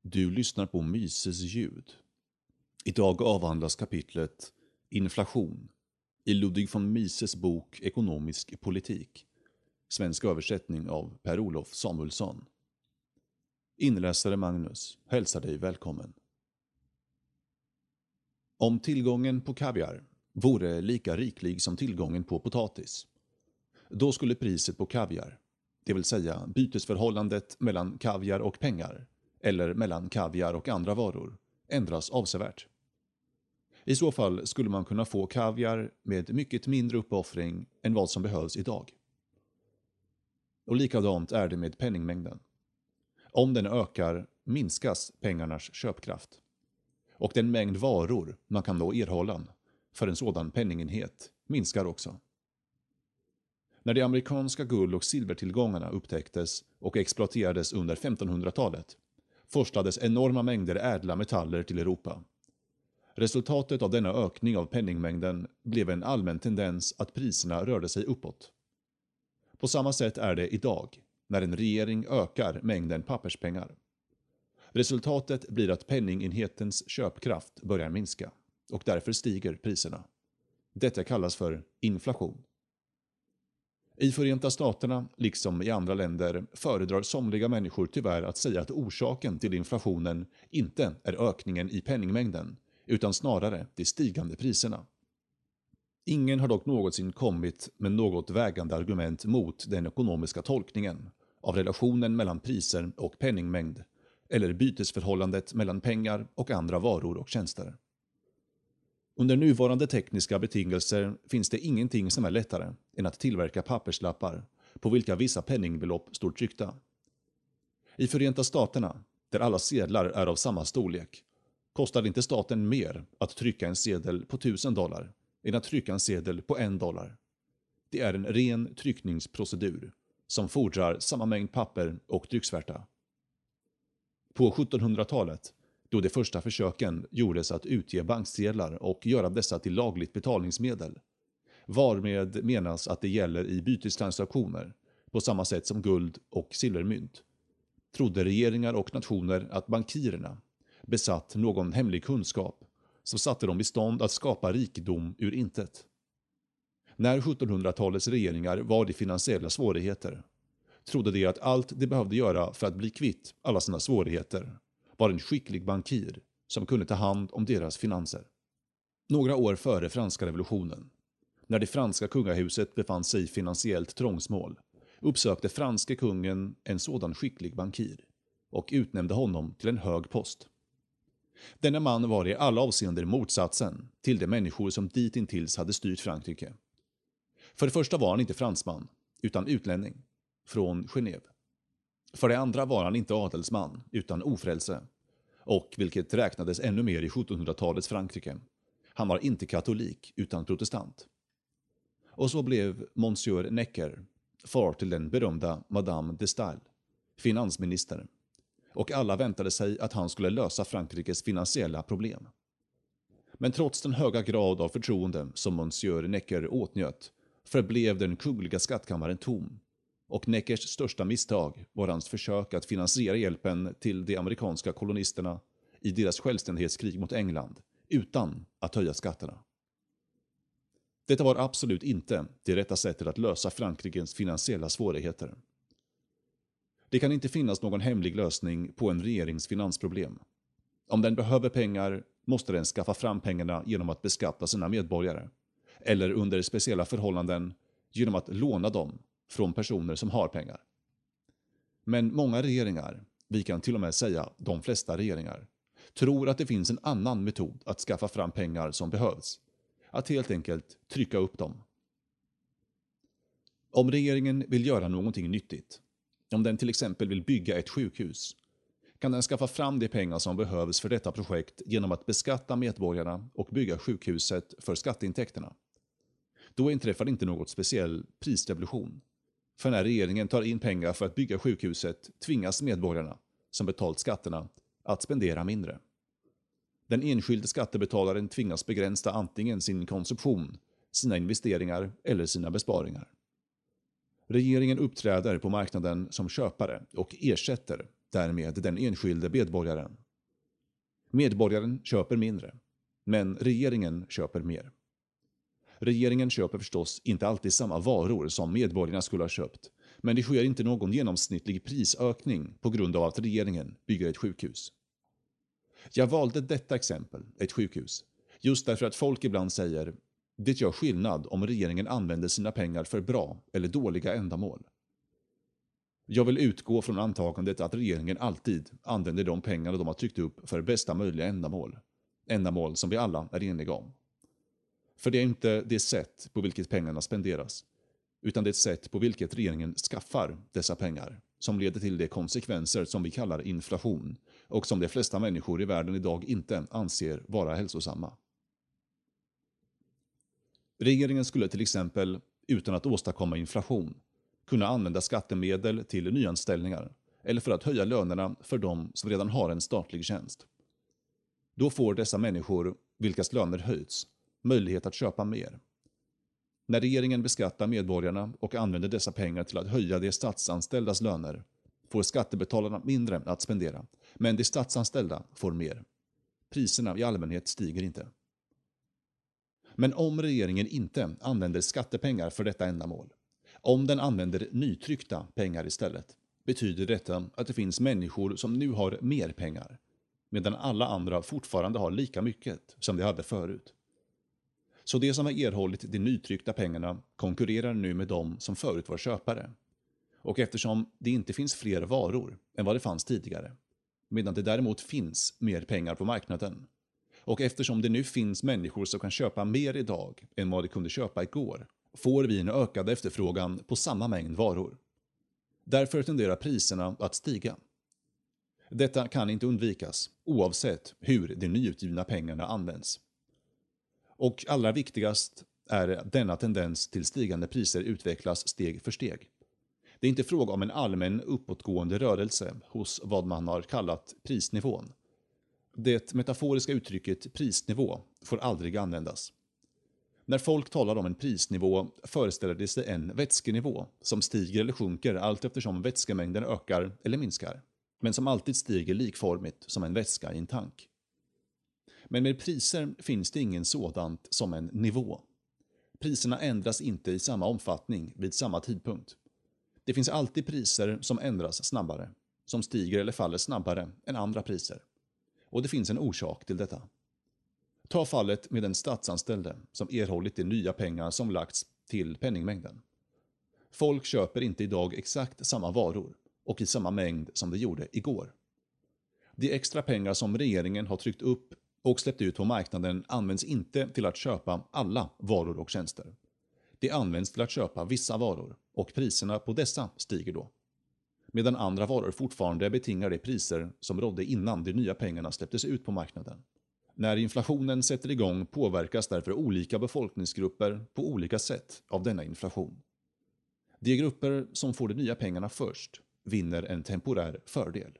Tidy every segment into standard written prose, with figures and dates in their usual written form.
Du lyssnar på Mises ljud. Idag avhandlas kapitlet Inflation i Ludwig von Mises bok Ekonomisk politik. Svensk översättning av Per-Olof Samuelsson. Inläsare Magnus hälsar dig välkommen. Om tillgången på kaviar vore lika riklig som tillgången på potatis, då skulle priset på kaviar, det vill säga bytesförhållandet mellan kaviar och pengar, eller mellan kaviar och andra varor, ändras avsevärt. I så fall skulle man kunna få kaviar med mycket mindre uppoffring än vad som behövs idag. Och likadant är det med penningmängden. Om den ökar minskas pengarnas köpkraft. Och den mängd varor man kan då erhålla för en sådan penningenhet minskar också. När de amerikanska guld- och silvertillgångarna upptäcktes och exploaterades under 1500-talet forslades enorma mängder ädla metaller till Europa. Resultatet av denna ökning av penningmängden blev en allmän tendens att priserna rörde sig uppåt. På samma sätt är det idag när en regering ökar mängden papperspengar. Resultatet blir att penningenhetens köpkraft börjar minska och därför stiger priserna. Detta kallas för inflation. I Förenta Staterna, liksom i andra länder, föredrar somliga människor tyvärr att säga att orsaken till inflationen inte är ökningen i penningmängden, utan snarare de stigande priserna. Ingen har dock någonsin kommit med något vägande argument mot den ekonomiska tolkningen av relationen mellan priser och penningmängd, eller bytesförhållandet mellan pengar och andra varor och tjänster. Under nuvarande tekniska betingelser finns det ingenting som är lättare än att tillverka papperslappar på vilka vissa penningbelopp står tryckta. I Förenta Staterna, där alla sedlar är av samma storlek, kostar det inte staten mer att trycka en sedel på $1000 än att trycka en sedel på $1. Det är en ren tryckningsprocedur som fordrar samma mängd papper och trycksvärta. På 1700-talet, då de första försöken gjordes att utge banksedlar och göra dessa till lagligt betalningsmedel, varmed menas att det gäller i bytestransaktioner på samma sätt som guld- och silvermynt, trodde regeringar och nationer att bankirerna besatt någon hemlig kunskap som satte dem i stånd att skapa rikedom ur intet. När 1700-talets regeringar var i finansiella svårigheter trodde de att allt de behövde göra för att bli kvitt alla sina svårigheter var en skicklig bankir som kunde ta hand om deras finanser. Några år före franska revolutionen, när det franska kungahuset befann sig i finansiellt trångsmål, uppsökte franske kungen en sådan skicklig bankir och utnämnde honom till en hög post. Denna man var i alla avseenden motsatsen till de människor som ditintills hade styrt Frankrike. För det första var han inte fransman, utan utlänning, från Genève. För det andra var han inte adelsman, utan ofrälse. Och, vilket räknades ännu mer i 1700-talets Frankrike, han var inte katolik, utan protestant. Och så blev Monsieur Necker, far till den berömda Madame de Staël, finansminister. Och alla väntade sig att han skulle lösa Frankrikes finansiella problem. Men trots den höga grad av förtroende som Monsieur Necker åtnjöt förblev den kungliga skattkammaren tom. Och Neckers största misstag var hans försök att finansiera hjälpen till de amerikanska kolonisterna i deras självständighetskrig mot England utan att höja skatterna. Detta var absolut inte det rätta sättet att lösa Frankrikes finansiella svårigheter. Det kan inte finnas någon hemlig lösning på en regerings finansproblem. Om den behöver pengar måste den skaffa fram pengarna genom att beskatta sina medborgare, eller under speciella förhållanden genom att låna dem från personer som har pengar. Men många regeringar, vi kan till och med säga de flesta regeringar, tror att det finns en annan metod att skaffa fram pengar som behövs. Att helt enkelt trycka upp dem. Om regeringen vill göra någonting nyttigt, om den till exempel vill bygga ett sjukhus, kan den skaffa fram de pengar som behövs för detta projekt genom att beskatta medborgarna och bygga sjukhuset för skatteintäkterna. Då inträffar inte något speciell prisrevolution. För när regeringen tar in pengar för att bygga sjukhuset tvingas medborgarna, som betalt skatterna, att spendera mindre. Den enskilde skattebetalaren tvingas begränsa antingen sin konsumtion, sina investeringar eller sina besparingar. Regeringen uppträder på marknaden som köpare och ersätter därmed den enskilde medborgaren. Medborgaren köper mindre, men regeringen köper mer. Regeringen köper förstås inte alltid samma varor som medborgarna skulle ha köpt, men det sker inte någon genomsnittlig prisökning på grund av att regeringen bygger ett sjukhus. Jag valde detta exempel, ett sjukhus, just därför att folk ibland säger det gör skillnad om regeringen använder sina pengar för bra eller dåliga ändamål. Jag vill utgå från antagandet att regeringen alltid använder de pengarna de har tryckt upp för bästa möjliga ändamål. Ändamål som vi alla är eniga om. För det är inte det sätt på vilket pengarna spenderas, utan det sätt på vilket regeringen skaffar dessa pengar som leder till de konsekvenser som vi kallar inflation och som de flesta människor i världen idag inte anser vara hälsosamma. Regeringen skulle till exempel, utan att åstadkomma inflation, kunna använda skattemedel till nyanställningar eller för att höja lönerna för de som redan har en statlig tjänst. Då får dessa människor, vilkas löner höjts, möjlighet att köpa mer. När regeringen beskattar medborgarna och använder dessa pengar till att höja de statsanställdas löner får skattebetalarna mindre att spendera, men de statsanställda får mer. Priserna i allmänhet stiger inte. Men om regeringen inte använder skattepengar för detta ändamål, om den använder nytryckta pengar istället, betyder detta att det finns människor som nu har mer pengar, medan alla andra fortfarande har lika mycket som de hade förut. Så de som har erhållit de nytryckta pengarna konkurrerar nu med de som förut var köpare. Och eftersom det inte finns fler varor än vad det fanns tidigare, medan det däremot finns mer pengar på marknaden, och eftersom det nu finns människor som kan köpa mer idag än vad de kunde köpa igår, får vi en ökad efterfrågan på samma mängd varor. Därför tenderar priserna att stiga. Detta kan inte undvikas, oavsett hur de nyutgivna pengarna används. Och allra viktigast är denna tendens till stigande priser utvecklas steg för steg. Det är inte fråga om en allmän uppåtgående rörelse hos vad man har kallat prisnivån. Det metaforiska uttrycket prisnivå får aldrig användas. När folk talar om en prisnivå föreställer det sig en vätskenivå som stiger eller sjunker allt eftersom vätskemängden ökar eller minskar, men som alltid stiger likformigt som en vätska i en tank. Men med priser finns det ingen sådant som en nivå. Priserna ändras inte i samma omfattning vid samma tidpunkt. Det finns alltid priser som ändras snabbare, som stiger eller faller snabbare än andra priser. Och det finns en orsak till detta. Ta fallet med den statsanställde som erhållit de nya pengar som lagts till penningmängden. Folk köper inte idag exakt samma varor och i samma mängd som de gjorde igår. De extra pengar som regeringen har tryckt upp och släppt ut på marknaden används inte till att köpa alla varor och tjänster. Det används till att köpa vissa varor och priserna på dessa stiger då. Medan andra varor fortfarande betingar de priser som rådde innan de nya pengarna släpptes ut på marknaden. När inflationen sätter igång påverkas därför olika befolkningsgrupper på olika sätt av denna inflation. De grupper som får de nya pengarna först vinner en temporär fördel.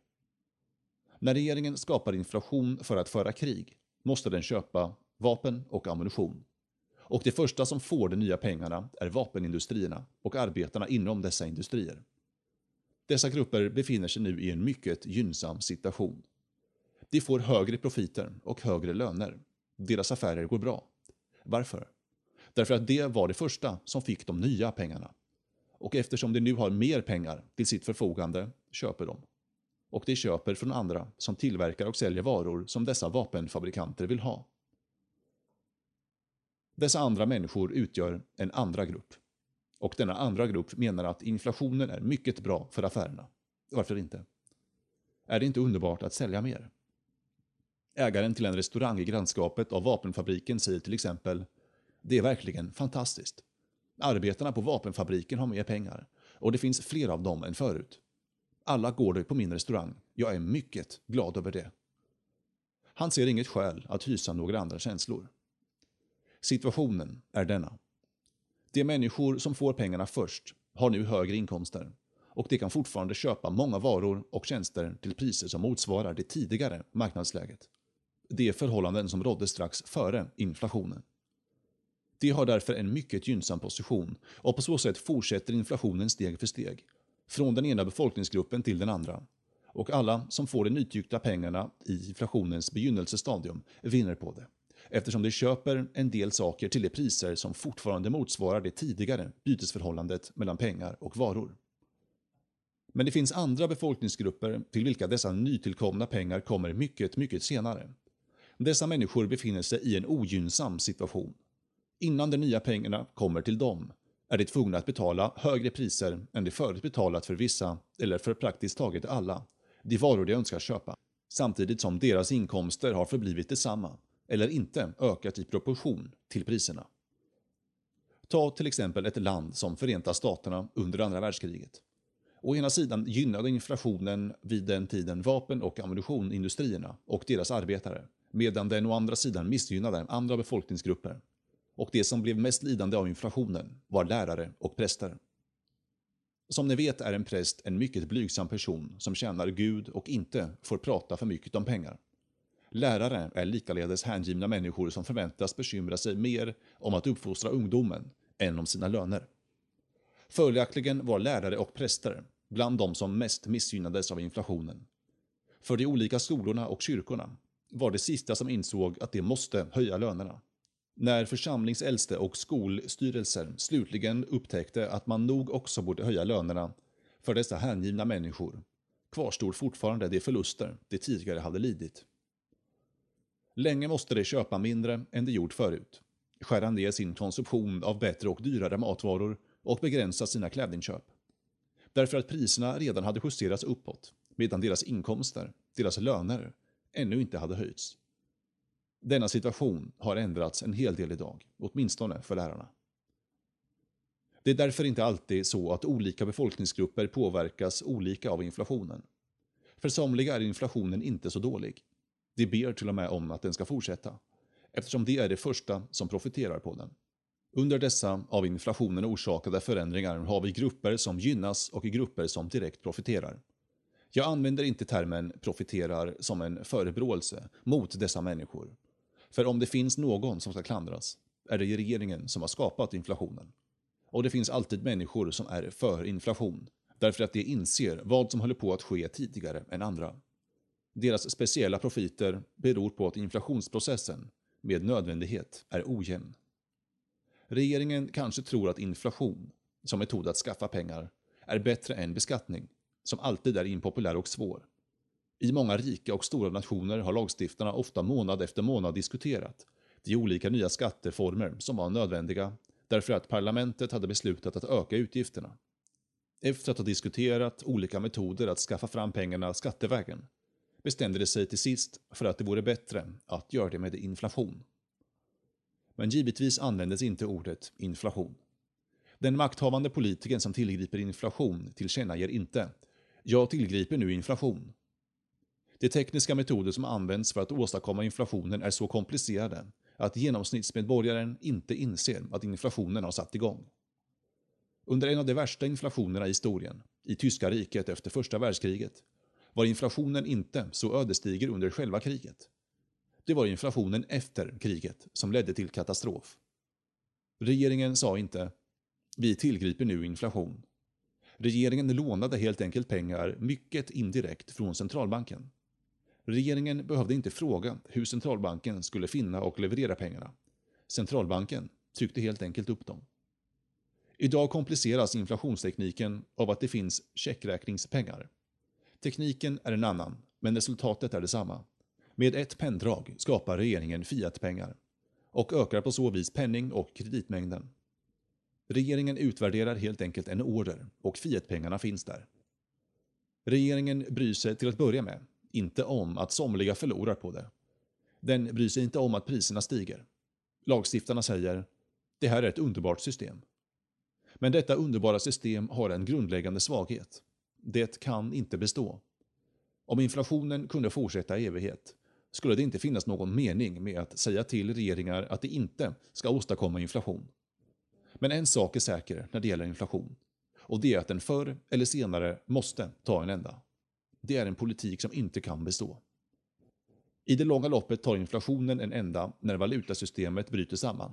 När regeringen skapar inflation för att föra krig måste den köpa vapen och ammunition. Och det första som får de nya pengarna är vapenindustrierna och arbetarna inom dessa industrier. Dessa grupper befinner sig nu i en mycket gynnsam situation. De får högre profiter och högre löner. Deras affärer går bra. Varför? Därför att det var det första som fick de nya pengarna. Och eftersom de nu har mer pengar till sitt förfogande köper de. Och de köper från andra som tillverkar och säljer varor som dessa vapenfabrikanter vill ha. Dessa andra människor utgör en andra grupp. Och denna andra grupp menar att inflationen är mycket bra för affärerna. Varför inte? Är det inte underbart att sälja mer? Ägaren till en restaurang i grannskapet av vapenfabriken säger till exempel: det är verkligen fantastiskt. Arbetarna på vapenfabriken har mer pengar och det finns fler av dem än förut. Alla går det på min restaurang. Jag är mycket glad över det. Han ser inget skäl att hysa några andra känslor. Situationen är denna. De människor som får pengarna först har nu högre inkomster och de kan fortfarande köpa många varor och tjänster till priser som motsvarar det tidigare marknadsläget. Det är förhållanden som rådde strax före inflationen. De har därför en mycket gynnsam position och på så sätt fortsätter inflationen steg för steg, från den ena befolkningsgruppen till den andra. Och alla som får de nytryckta pengarna i inflationens begynnelsestadium vinner på det, eftersom de köper en del saker till de priser som fortfarande motsvarar det tidigare bytesförhållandet mellan pengar och varor. Men det finns andra befolkningsgrupper till vilka dessa nytillkomna pengar kommer mycket senare. Dessa människor befinner sig i en ogynnsam situation. Innan de nya pengarna kommer till dem är de tvungna att betala högre priser än de förut betalat för vissa, eller för praktiskt taget alla, de varor de önskar köpa, samtidigt som deras inkomster har förblivit detsamma, eller inte ökat i proportion till priserna. Ta till exempel ett land som Förenta Staterna under andra världskriget. Å ena sidan gynnade inflationen vid den tiden vapen- och ammunitionindustrierna och deras arbetare, medan den å andra sidan missgynnade andra befolkningsgrupper. Och det som blev mest lidande av inflationen var lärare och präster. Som ni vet är en präst en mycket blygsam person som tjänar Gud och inte får prata för mycket om pengar. Lärare är likaledes hängivna människor som förväntas bekymra sig mer om att uppfostra ungdomen än om sina löner. Följaktligen var lärare och präster bland de som mest missgynnades av inflationen. För de olika skolorna och kyrkorna var det sista som insåg att de måste höja lönerna. När församlingsäldste och skolstyrelser slutligen upptäckte att man nog också borde höja lönerna för dessa hängivna människor, kvarstod fortfarande de förluster de tidigare hade lidit. Länge måste de köpa mindre än de gjort förut, skära ner sin konsumtion av bättre och dyrare matvaror och begränsa sina klädinköp. Därför att priserna redan hade justerats uppåt, medan deras inkomster, deras löner, ännu inte hade höjts. Denna situation har ändrats en hel del idag, åtminstone för lärarna. Det är därför inte alltid så att olika befolkningsgrupper påverkas olika av inflationen. För somliga är inflationen inte så dålig. De ber till och med om att den ska fortsätta, eftersom det är det första som profiterar på den. Under dessa av inflationen orsakade förändringar har vi grupper som gynnas och grupper som direkt profiterar. Jag använder inte termen profiterar som en förebråelse mot dessa människor. För om det finns någon som ska klandras är det regeringen som har skapat inflationen. Och det finns alltid människor som är för inflation, därför att de inser vad som håller på att ske tidigare än andra. Deras speciella profiter beror på att inflationsprocessen med nödvändighet är ojämn. Regeringen kanske tror att inflation, som metod att skaffa pengar, är bättre än beskattning, som alltid är impopulär och svår. I många rika och stora nationer har lagstiftarna ofta månad efter månad diskuterat de olika nya skatteformer som var nödvändiga därför att parlamentet hade beslutat att öka utgifterna. Efter att ha diskuterat olika metoder att skaffa fram pengarna skattevägen bestämde de sig till sist för att det vore bättre att göra det med inflation. Men givetvis användes inte ordet inflation. Den makthavande politikern som tillgriper inflation tillkännager inte "jag tillgriper nu inflation". De tekniska metoder som används för att åstadkomma inflationen är så komplicerade att genomsnittsmedborgaren inte inser att inflationen har satt igång. Under en av de värsta inflationerna i historien, i Tyska riket efter första världskriget, var inflationen inte så ödesdiger under själva kriget. Det var inflationen efter kriget som ledde till katastrof. Regeringen sa inte "vi tillgriper nu inflation". Regeringen lånade helt enkelt pengar mycket indirekt från centralbanken. Regeringen behövde inte fråga hur centralbanken skulle finna och leverera pengarna. Centralbanken tryckte helt enkelt upp dem. Idag kompliceras inflationstekniken av att det finns checkräkningspengar. Tekniken är en annan, men resultatet är detsamma. Med ett penndrag skapar regeringen fiatpengar och ökar på så vis penning- och kreditmängden. Regeringen utvärderar helt enkelt en order och fiatpengarna finns där. Regeringen bryr sig till att börja med inte om att somliga förlorar på det. Den bryr sig inte om att priserna stiger. Lagstiftarna säger "det här är ett underbart system". Men detta underbara system har en grundläggande svaghet. Det kan inte bestå. Om inflationen kunde fortsätta i evighet skulle det inte finnas någon mening med att säga till regeringar att de inte ska åstadkomma inflation. Men en sak är säker när det gäller inflation, och det är att den förr eller senare måste ta en ända. Det är en politik som inte kan bestå. I det långa loppet tar inflationen en ända när valutasystemet bryter samman.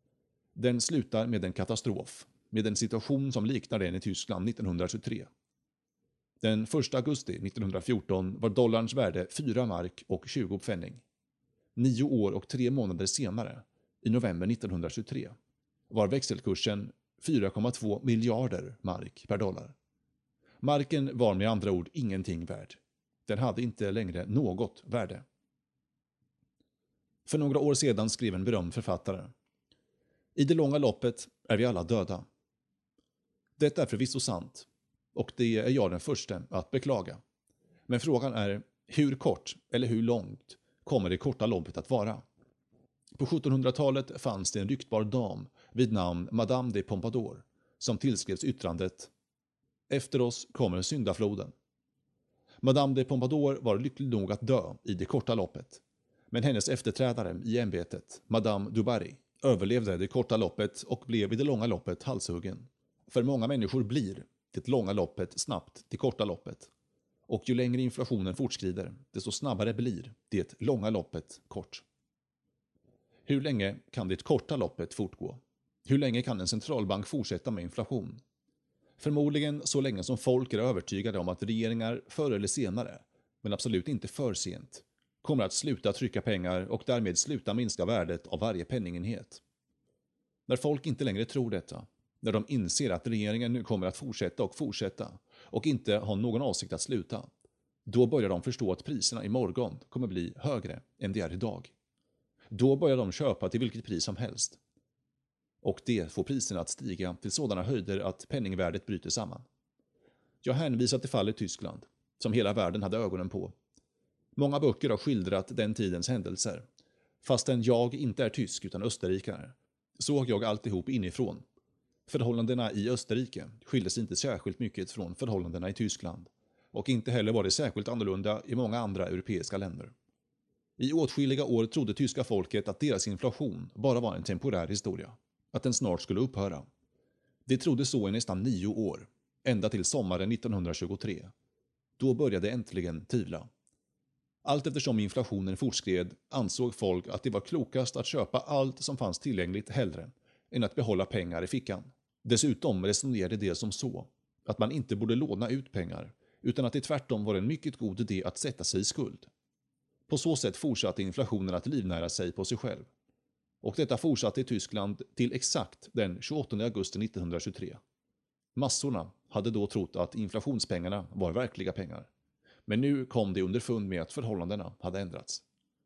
Den slutar med en katastrof, med en situation som liknar den i Tyskland 1923. Den 1 augusti 1914 var dollarns värde 4 mark och 20 pfennig. 9 år och 3 månader senare, i november 1923, var växelkursen 4,2 miljarder mark per dollar. Marken var med andra ord ingenting värd. Den hade inte längre något värde. För några år sedan skrev en berömd författare: "I det långa loppet är vi alla döda." Det är förvisso sant, och det är jag den första att beklaga. Men frågan är, hur kort eller hur långt kommer det korta loppet att vara? På 1700-talet fanns det en ryktbar dam vid namn Madame de Pompadour som tillskrevs yttrandet: "Efter oss kommer syndafloden." Madame de Pompadour var lycklig nog att dö i det korta loppet, men hennes efterträdare i ämbetet, Madame du Barry, överlevde det korta loppet och blev i det långa loppet halshuggen. För många människor blir det långa loppet snabbt det korta loppet. Och ju längre inflationen fortskrider, desto snabbare blir det långa loppet kort. Hur länge kan det korta loppet fortgå? Hur länge kan en centralbank fortsätta med inflation? Förmodligen så länge som folk är övertygade om att regeringar förr eller senare, men absolut inte för sent, kommer att sluta trycka pengar och därmed sluta minska värdet av varje penningenhet. När folk inte längre tror detta, när de inser att regeringen nu kommer att fortsätta och inte har någon avsikt att sluta, då börjar de förstå att priserna imorgon kommer bli högre än det är idag. Då börjar de köpa till vilket pris som helst. Och det får priserna att stiga till sådana höjder att penningvärdet bryter samman. Jag hänvisar till fallet Tyskland, som hela världen hade ögonen på. Många böcker har skildrat den tidens händelser. Fastän jag inte är tysk utan österrikare, såg jag alltihop inifrån. Förhållandena i Österrike skilde sig inte särskilt mycket från förhållandena i Tyskland, och inte heller var det särskilt annorlunda i många andra europeiska länder. I åtskilliga år trodde tyska folket att deras inflation bara var en temporär historia, att den snart skulle upphöra. De trodde så i nästan 9 år, ända till sommaren 1923. Då började äntligen tvivla. Allt eftersom inflationen fortskred ansåg folk att det var klokast att köpa allt som fanns tillgängligt hellre än att behålla pengar i fickan. Dessutom resonerade det som så att man inte borde låna ut pengar, utan att det tvärtom var en mycket god idé att sätta sig i skuld. På så sätt fortsatte inflationen att livnära sig på sig själv. Och detta fortsatte i Tyskland till exakt den 28 augusti 1923. Massorna hade då trott att inflationspengarna var verkliga pengar. Men nu kom det underfund med att förhållandena hade ändrats.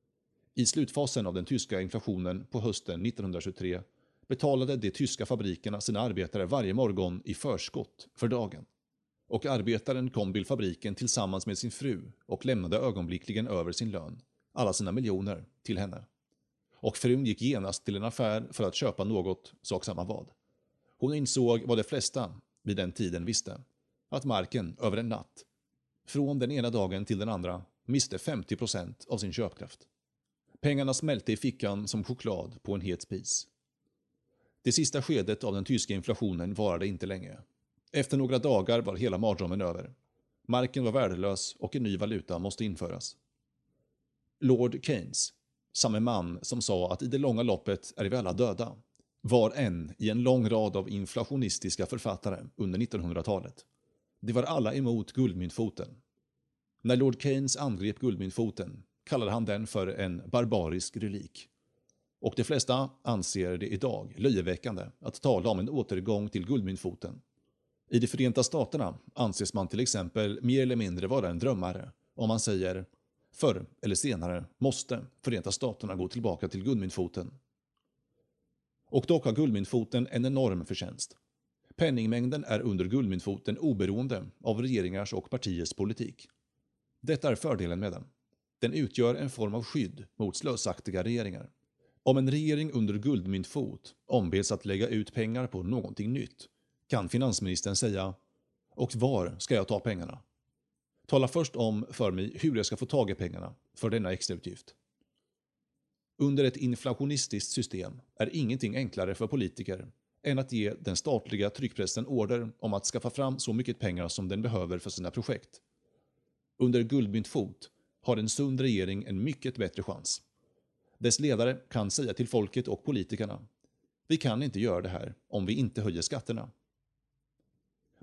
I slutfasen av den tyska inflationen på hösten 1923 betalade de tyska fabrikerna sina arbetare varje morgon i förskott för dagen. Och arbetaren kom till fabriken tillsammans med sin fru och lämnade ögonblickligen över sin lön, alla sina miljoner, till henne. Och frun gick genast till en affär för att köpa något, sak samma vad. Hon insåg vad de flesta vid den tiden visste, att marken över en natt, från den ena dagen till den andra, miste 50% av sin köpkraft. Pengarna smälte i fickan som choklad på en het spis. Det sista skedet av den tyska inflationen varade inte länge. Efter några dagar var hela mardrömmen över. Marken var värdelös och en ny valuta måste införas. Lord Keynes, samme man som sa att i det långa loppet är vi alla döda, var en i en lång rad av inflationistiska författare under 1900-talet. De var alla emot guldmyntfoten. När Lord Keynes angrep guldmyntfoten kallade han den för en barbarisk relik. Och de flesta anser det idag löjeväckande att tala om en återgång till guldmyntfoten. I de Förenta Staterna anses man till exempel mer eller mindre vara en drömmare om man säger förr eller senare måste Förenta Staterna gå tillbaka till guldmyntfoten. Och dock har guldmyntfoten en enorm förtjänst. Penningmängden är under guldmyntfoten oberoende av regeringars och partiers politik. Detta är fördelen med den. Den utgör en form av skydd mot slösaktiga regeringar. Om en regering under guldmyntfot ombeds att lägga ut pengar på någonting nytt, kan finansministern säga: "Och var ska jag ta pengarna? Tala först om för mig hur jag ska få tag i pengarna för denna extrautgift." Under ett inflationistiskt system är ingenting enklare för politiker än att ge den statliga tryckpressen order om att skaffa fram så mycket pengar som den behöver för sina projekt. Under guldmyntfot har en sund regering en mycket bättre chans. Dess ledare kan säga till folket och politikerna: "Vi kan inte göra det här om vi inte höjer skatterna."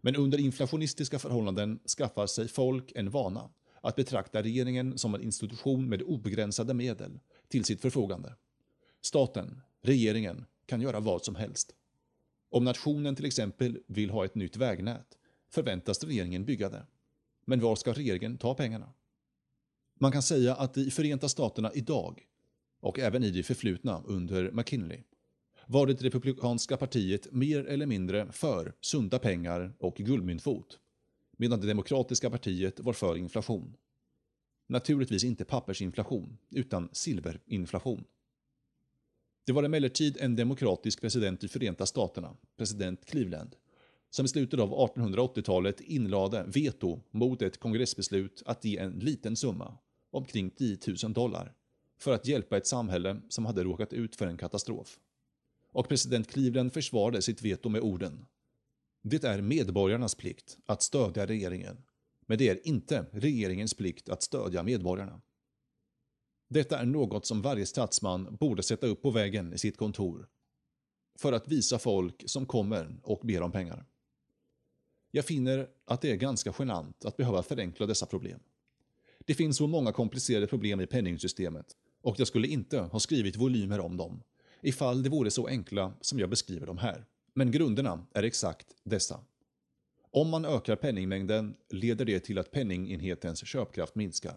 Men under inflationistiska förhållanden skaffar sig folk en vana att betrakta regeringen som en institution med obegränsade medel till sitt förfogande. Staten, regeringen, kan göra vad som helst. Om nationen till exempel vill ha ett nytt vägnät förväntas regeringen bygga det. Men var ska regeringen ta pengarna? Man kan säga att i Förenta Staterna idag, och även i det förflutna under McKinley, var det republikanska partiet mer eller mindre för sunda pengar och guldmyntfot, medan det demokratiska partiet var för inflation. Naturligtvis inte pappersinflation, utan silverinflation. Det var emellertid en demokratisk president i Förenta Staterna, president Cleveland, som i slutet av 1880-talet inlade veto mot ett kongressbeslut att ge en liten summa, omkring $10,000, för att hjälpa ett samhälle som hade råkat ut för en katastrof. Och president Cleveland försvarade sitt veto med orden: "Det är medborgarnas plikt att stödja regeringen, men det är inte regeringens plikt att stödja medborgarna." Detta är något som varje statsman borde sätta upp på väggen i sitt kontor för att visa folk som kommer och ber om pengar. Jag finner att det är ganska genant att behöva förenkla dessa problem. Det finns så många komplicerade problem i penningsystemet och jag skulle inte ha skrivit volymer om dem ifall det vore så enkla som jag beskriver dem här. Men grunderna är exakt dessa. Om man ökar penningmängden leder det till att penningenhetens köpkraft minskar.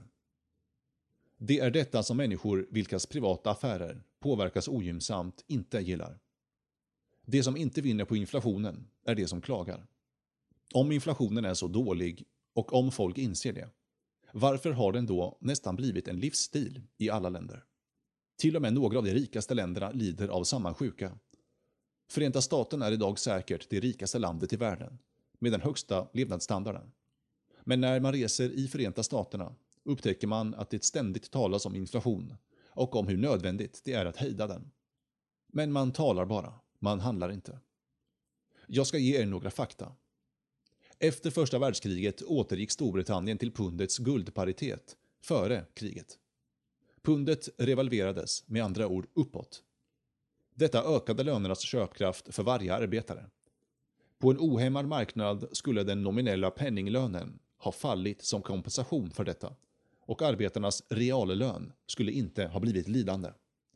Det är detta som människor vilkas privata affärer påverkas ogynnsamt inte gillar. Det som inte vinner på inflationen är det som klagar. Om inflationen är så dålig och om folk inser det, varför har den då nästan blivit en livsstil i alla länder? Till och med några av de rikaste länderna lider av samma sjuka. Förenta Staterna är idag säkert det rikaste landet i världen, med den högsta levnadsstandarden. Men när man reser i Förenta Staterna upptäcker man att det ständigt talas om inflation och om hur nödvändigt det är att hejda den. Men man talar bara, man handlar inte. Jag ska ge er några fakta. Efter första världskriget återgick Storbritannien till pundets guldparitet före kriget. Pundet revalverades, med andra ord uppåt. Detta ökade lönernas köpkraft för varje arbetare. På en ohämmad marknad skulle den nominella penninglönen ha fallit som kompensation för detta, och arbetarnas reallön skulle inte ha blivit lidande.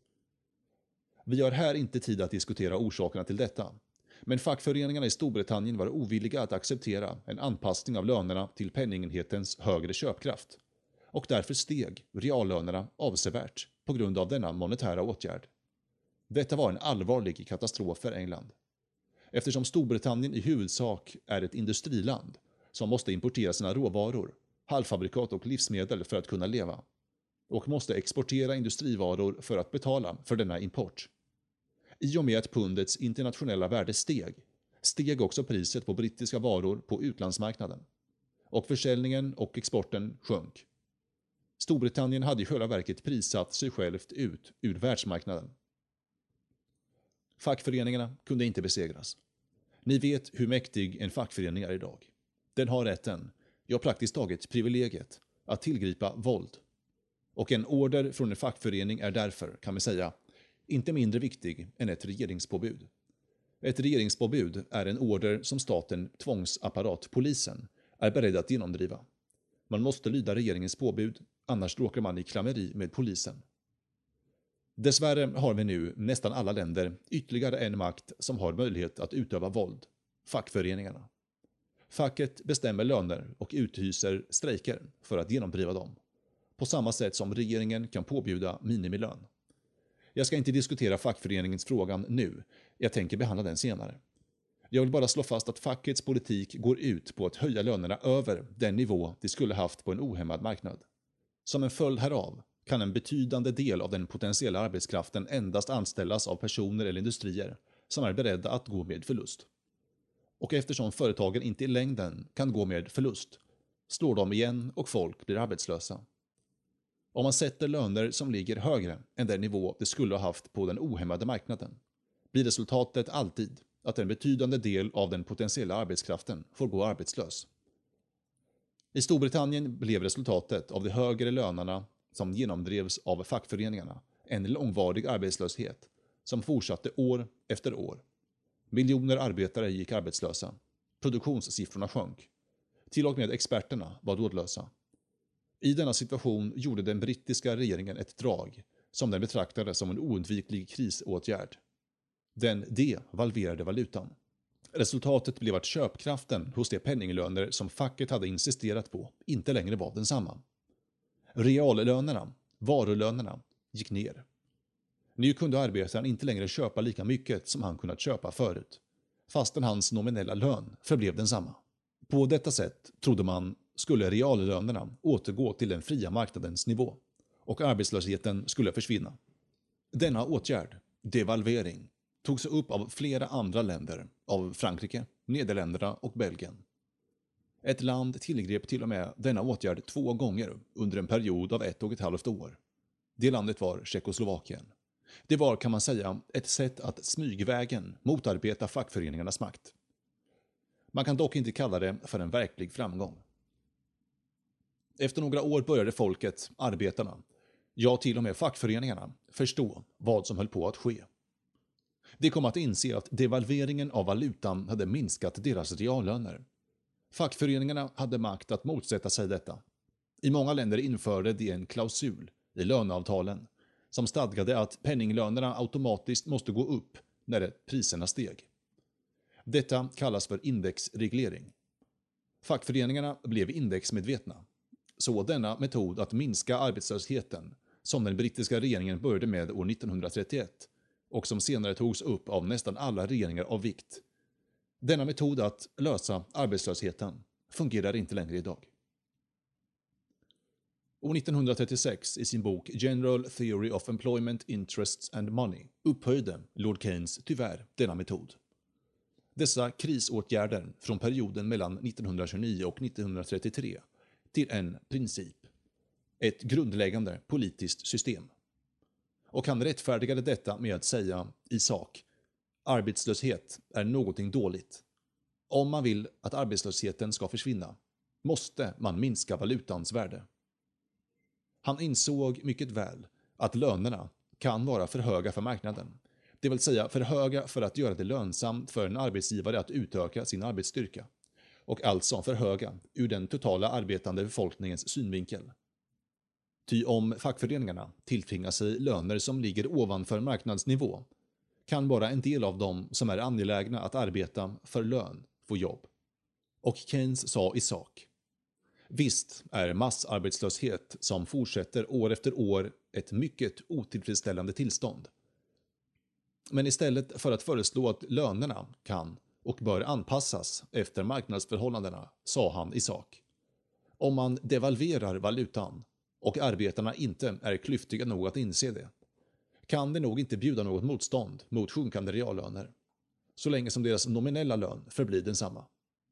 Vi har här inte tid att diskutera orsakerna till detta, men fackföreningarna i Storbritannien var ovilliga att acceptera en anpassning av lönerna till penningenhetens högre köpkraft, och därför steg reallönerna avsevärt på grund av denna monetära åtgärd. Detta var en allvarlig katastrof för England. Eftersom Storbritannien i huvudsak är ett industriland som måste importera sina råvaror, halvfabrikat och livsmedel för att kunna leva, och måste exportera industrivaror för att betala för denna import. I och med att pundets internationella värde steg också priset på brittiska varor på utlandsmarknaden, och försäljningen och exporten sjönk. Storbritannien hade i själva verket prissatt sig självt ut ur världsmarknaden. Fackföreningarna kunde inte besegras. Ni vet hur mäktig en fackförening är idag. Den har rätten, ja praktiskt taget privilegiet, att tillgripa våld. Och en order från en fackförening är därför, kan vi säga, inte mindre viktig än ett regeringspåbud. Ett regeringspåbud är en order som staten, tvångsapparat, polisen, är beredd att genomdriva. Man måste lyda regeringens påbud, annars råkar man i klammeri med polisen. Dessvärre har vi nu nästan alla länder ytterligare en makt som har möjlighet att utöva våld, fackföreningarna. Facket bestämmer löner och uthyser strejker för att genomdriva dem, på samma sätt som regeringen kan påbjuda minimilön. Jag ska inte diskutera fackföreningens frågan nu, jag tänker behandla den senare. Jag vill bara slå fast att fackets politik går ut på att höja lönerna över den nivå de skulle haft på en ohämmad marknad. Som en följd härav kan en betydande del av den potentiella arbetskraften endast anställas av personer eller industrier som är beredda att gå med förlust. Och eftersom företagen inte i längden kan gå med förlust, slår de igen och folk blir arbetslösa. Om man sätter löner som ligger högre än den nivå de skulle ha haft på den ohämmade marknaden, blir resultatet alltid att en betydande del av den potentiella arbetskraften får gå arbetslös. I Storbritannien blev resultatet av de högre lönerna som genomdrevs av fackföreningarna en långvarig arbetslöshet som fortsatte år efter år. Miljoner arbetare gick arbetslösa Produktionssiffrorna sjönk. Till och med experterna var rådlösa. I denna situation gjorde den brittiska regeringen ett drag som den betraktade som en oundviklig krisåtgärd. Den devalverade valutan. Resultatet blev att köpkraften hos de penninglöner som facket hade insisterat på inte längre var densamma. Reallönerna, varulönerna, gick ner. Nu kunde arbetaren inte längre köpa lika mycket som han kunnat köpa förut, fastän hans nominella lön förblev densamma. På detta sätt, trodde man, skulle reallönerna återgå till den fria marknadens nivå och arbetslösheten skulle försvinna. Denna åtgärd, devalvering, togs upp av flera andra länder, av Frankrike, Nederländerna och Belgien. Ett land tillgrep till och med denna åtgärd 2 gånger under en period av 1,5 år. Det landet var Tjeckoslovakien. Det var, kan man säga, ett sätt att smygvägen motarbeta fackföreningarnas makt. Man kan dock inte kalla det för en verklig framgång. Efter några år började folket, arbetarna, ja till och med fackföreningarna, förstå vad som höll på att ske. De kom att inse att devalveringen av valutan hade minskat deras reallöner. Fackföreningarna hade makt att motsätta sig detta. I många länder införde de en klausul i löneavtalen som stadgade att penninglönerna automatiskt måste gå upp när priserna steg. Detta kallas för indexreglering. Fackföreningarna blev indexmedvetna. Så denna metod att minska arbetslösheten, som den brittiska regeringen började med år 1931 och som senare togs upp av nästan alla regeringar av vikt. Denna metod att lösa arbetslösheten fungerar inte längre idag. År 1936 i sin bok General Theory of Employment, Interests and Money upphöjde Lord Keynes tyvärr denna metod. Dessa krisåtgärder från perioden mellan 1929 och 1933 till en princip, ett grundläggande politiskt system. Och han rättfärdigade detta med att säga i sak: arbetslöshet är någonting dåligt. Om man vill att arbetslösheten ska försvinna måste man minska valutans värde. Han insåg mycket väl att lönerna kan vara för höga för marknaden, det vill säga för höga för att göra det lönsamt för en arbetsgivare att utöka sin arbetsstyrka, och alltså för höga ur den totala arbetande befolkningens synvinkel. Ty om fackföreningarna tilltvingar sig löner som ligger ovanför marknadsnivå kan bara en del av dem som är angelägna att arbeta för lön få jobb. Och Keynes sa i sak: visst är massarbetslöshet som fortsätter år efter år ett mycket otillfredsställande tillstånd. Men istället för att föreslå att lönerna kan och bör anpassas efter marknadsförhållandena, sa han i sak: om man devalverar valutan och arbetarna inte är klyftiga nog att inse det, kan det nog inte bjuda något motstånd mot sjunkande reallöner, så länge som deras nominella lön förblir densamma.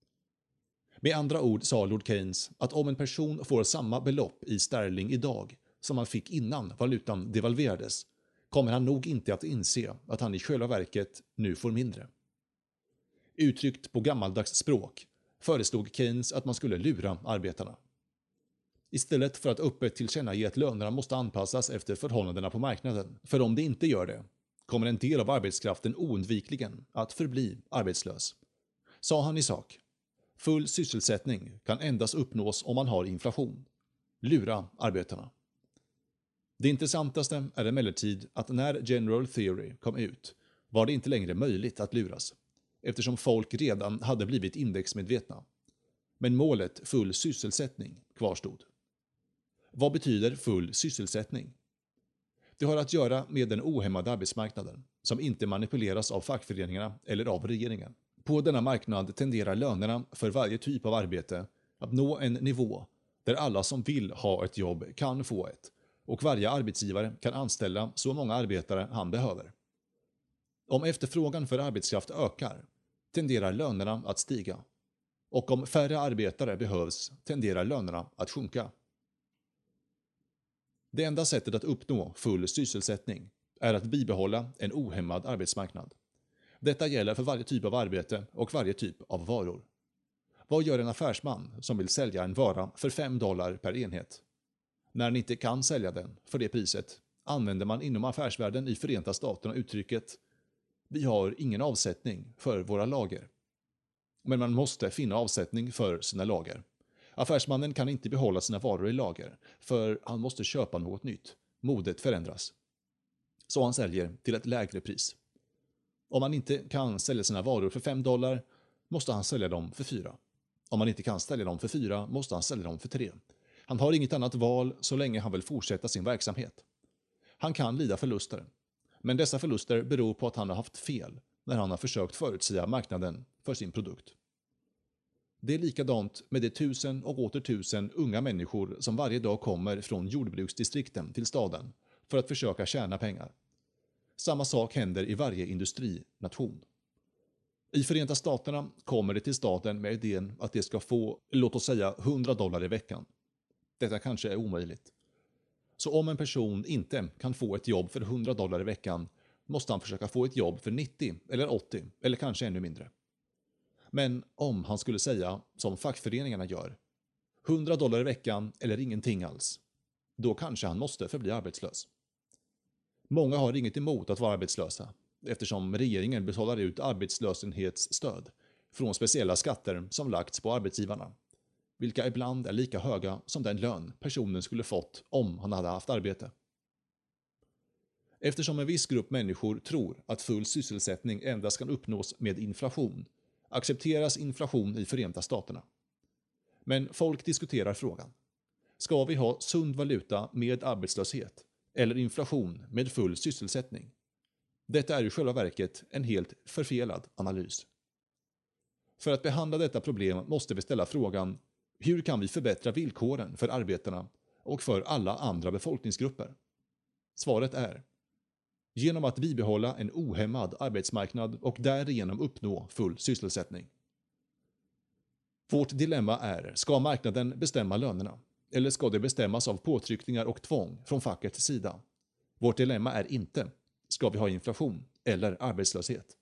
Med andra ord sa Lord Keynes att om en person får samma belopp i sterling idag som han fick innan valutan devalverades, kommer han nog inte att inse att han i själva verket nu får mindre. Uttryckt på gammaldags språk föreslog Keynes att man skulle lura arbetarna. Istället för att öppet tillkännage att lönerna måste anpassas efter förhållandena på marknaden, för om det inte gör det kommer en del av arbetskraften oundvikligen att förbli arbetslös, sa han i sak: full sysselsättning kan endast uppnås om man har inflation. Lura arbetarna. Det intressantaste är emellertid att när General Theory kom ut var det inte längre möjligt att luras, eftersom folk redan hade blivit indexmedvetna. Men målet full sysselsättning kvarstod. Vad betyder full sysselsättning? Det har att göra med den ohämmade arbetsmarknaden, som inte manipuleras av fackföreningarna eller av regeringen. På denna marknad tenderar lönerna för varje typ av arbete att nå en nivå där alla som vill ha ett jobb kan få ett, och varje arbetsgivare kan anställa så många arbetare han behöver. Om efterfrågan för arbetskraft ökar, tenderar lönerna att stiga. Och om färre arbetare behövs, tenderar lönerna att sjunka. Det enda sättet att uppnå full sysselsättning är att bibehålla en ohämmad arbetsmarknad. Detta gäller för varje typ av arbete och varje typ av varor. Vad gör en affärsman som vill sälja en vara för $5 per enhet? När han inte kan sälja den för det priset använder man inom affärsvärlden i Förenta Staterna uttrycket: vi har ingen avsättning för våra lager. Men man måste finna avsättning för sina lager. Affärsmannen kan inte behålla sina varor i lager, för han måste köpa något nytt. Modet förändras. Så han säljer till ett lägre pris. Om han inte kan sälja sina varor för $5 måste han sälja dem för 4. Om han inte kan sälja dem för 4 måste han sälja dem för 3. Han har inget annat val så länge han vill fortsätta sin verksamhet. Han kan lida förluster. Men dessa förluster beror på att han har haft fel när han har försökt förutsäga marknaden för sin produkt. Det är likadant med de 1000 och åter 1000 unga människor som varje dag kommer från jordbruksdistrikten till staden för att försöka tjäna pengar. Samma sak händer i varje industrination. I Förenta Staterna kommer det till staten med idén att det ska få, låt oss säga, $100 i veckan. Detta kanske är omöjligt. Så om en person inte kan få ett jobb för $100 i veckan måste han försöka få ett jobb för 90 eller 80 eller kanske ännu mindre. Men om han skulle säga, som fackföreningarna gör, $100 i veckan eller ingenting alls, då kanske han måste förbli arbetslös. Många har inget emot att vara arbetslösa, eftersom regeringen betalar ut arbetslöshetsstöd från speciella skatter som lagts på arbetsgivarna, vilka ibland är lika höga som den lön personen skulle fått om han hade haft arbete. Eftersom en viss grupp människor tror att full sysselsättning endast kan uppnås med inflation, accepteras inflation i Förenta Staterna. Men folk diskuterar frågan. Ska vi ha sund valuta med arbetslöshet eller inflation med full sysselsättning? Detta är i själva verket en helt förfelad analys. För att behandla detta problem måste vi ställa frågan: hur kan vi förbättra villkoren för arbetarna och för alla andra befolkningsgrupper? Svaret är: genom att bibehålla en ohämmad arbetsmarknad och därigenom uppnå full sysselsättning. Vårt dilemma är: ska marknaden bestämma lönerna? Eller ska det bestämmas av påtryckningar och tvång från fackets sida? Vårt dilemma är inte: ska vi ha inflation eller arbetslöshet?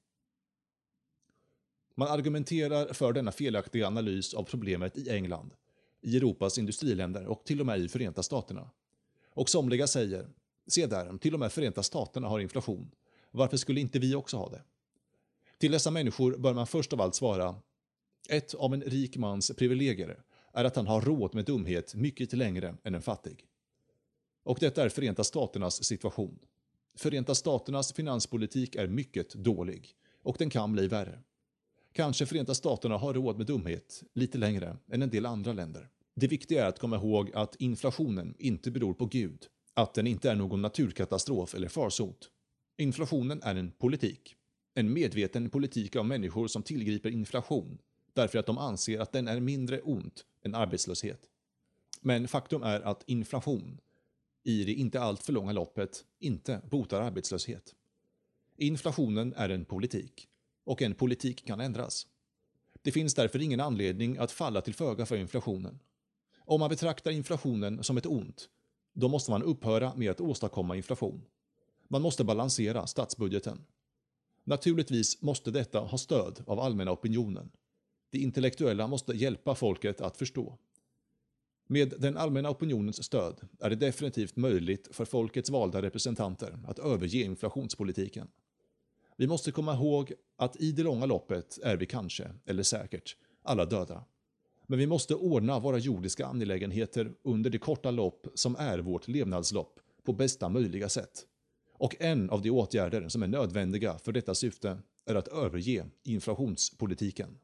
Man argumenterar för denna felaktiga analys av problemet i England, i Europas industriländer och till och med i Förenta Staterna. Och somliga säger: se där, till och med Förenta Staterna har inflation. Varför skulle inte vi också ha det? Till dessa människor bör man först av allt svara: ett av en rik mans privilegier är att han har råd med dumhet mycket längre än en fattig. Och detta är Förenta Staternas situation. Förenta Staternas finanspolitik är mycket dålig och den kan bli värre. Kanske Förenta Staterna har råd med dumhet lite längre än en del andra länder. Det viktiga är att komma ihåg att inflationen inte beror på Gud, att den inte är någon naturkatastrof eller farsot. Inflationen är en politik. En medveten politik av människor som tillgriper inflation därför att de anser att den är mindre ont än arbetslöshet. Men faktum är att inflation i det inte allt för långa loppet inte botar arbetslöshet. Inflationen är en politik, och en politik kan ändras. Det finns därför ingen anledning att falla till föga för inflationen. Om man betraktar inflationen som ett ont, då måste man upphöra med att åstadkomma inflation. Man måste balansera statsbudgeten. Naturligtvis måste detta ha stöd av allmänna opinionen. Det intellektuella måste hjälpa folket att förstå. Med den allmänna opinionens stöd är det definitivt möjligt för folkets valda representanter att överge inflationspolitiken. Vi måste komma ihåg att i det långa loppet är vi kanske, eller säkert, alla döda. Men vi måste ordna våra jordiska angelägenheter under det korta lopp som är vårt levnadslopp på bästa möjliga sätt. Och en av de åtgärder som är nödvändiga för detta syfte är att överge inflationspolitiken.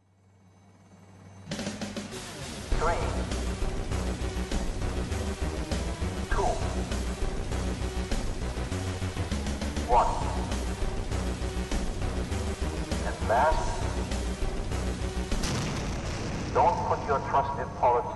3, 2, 1. At last, don't put your trust in politics.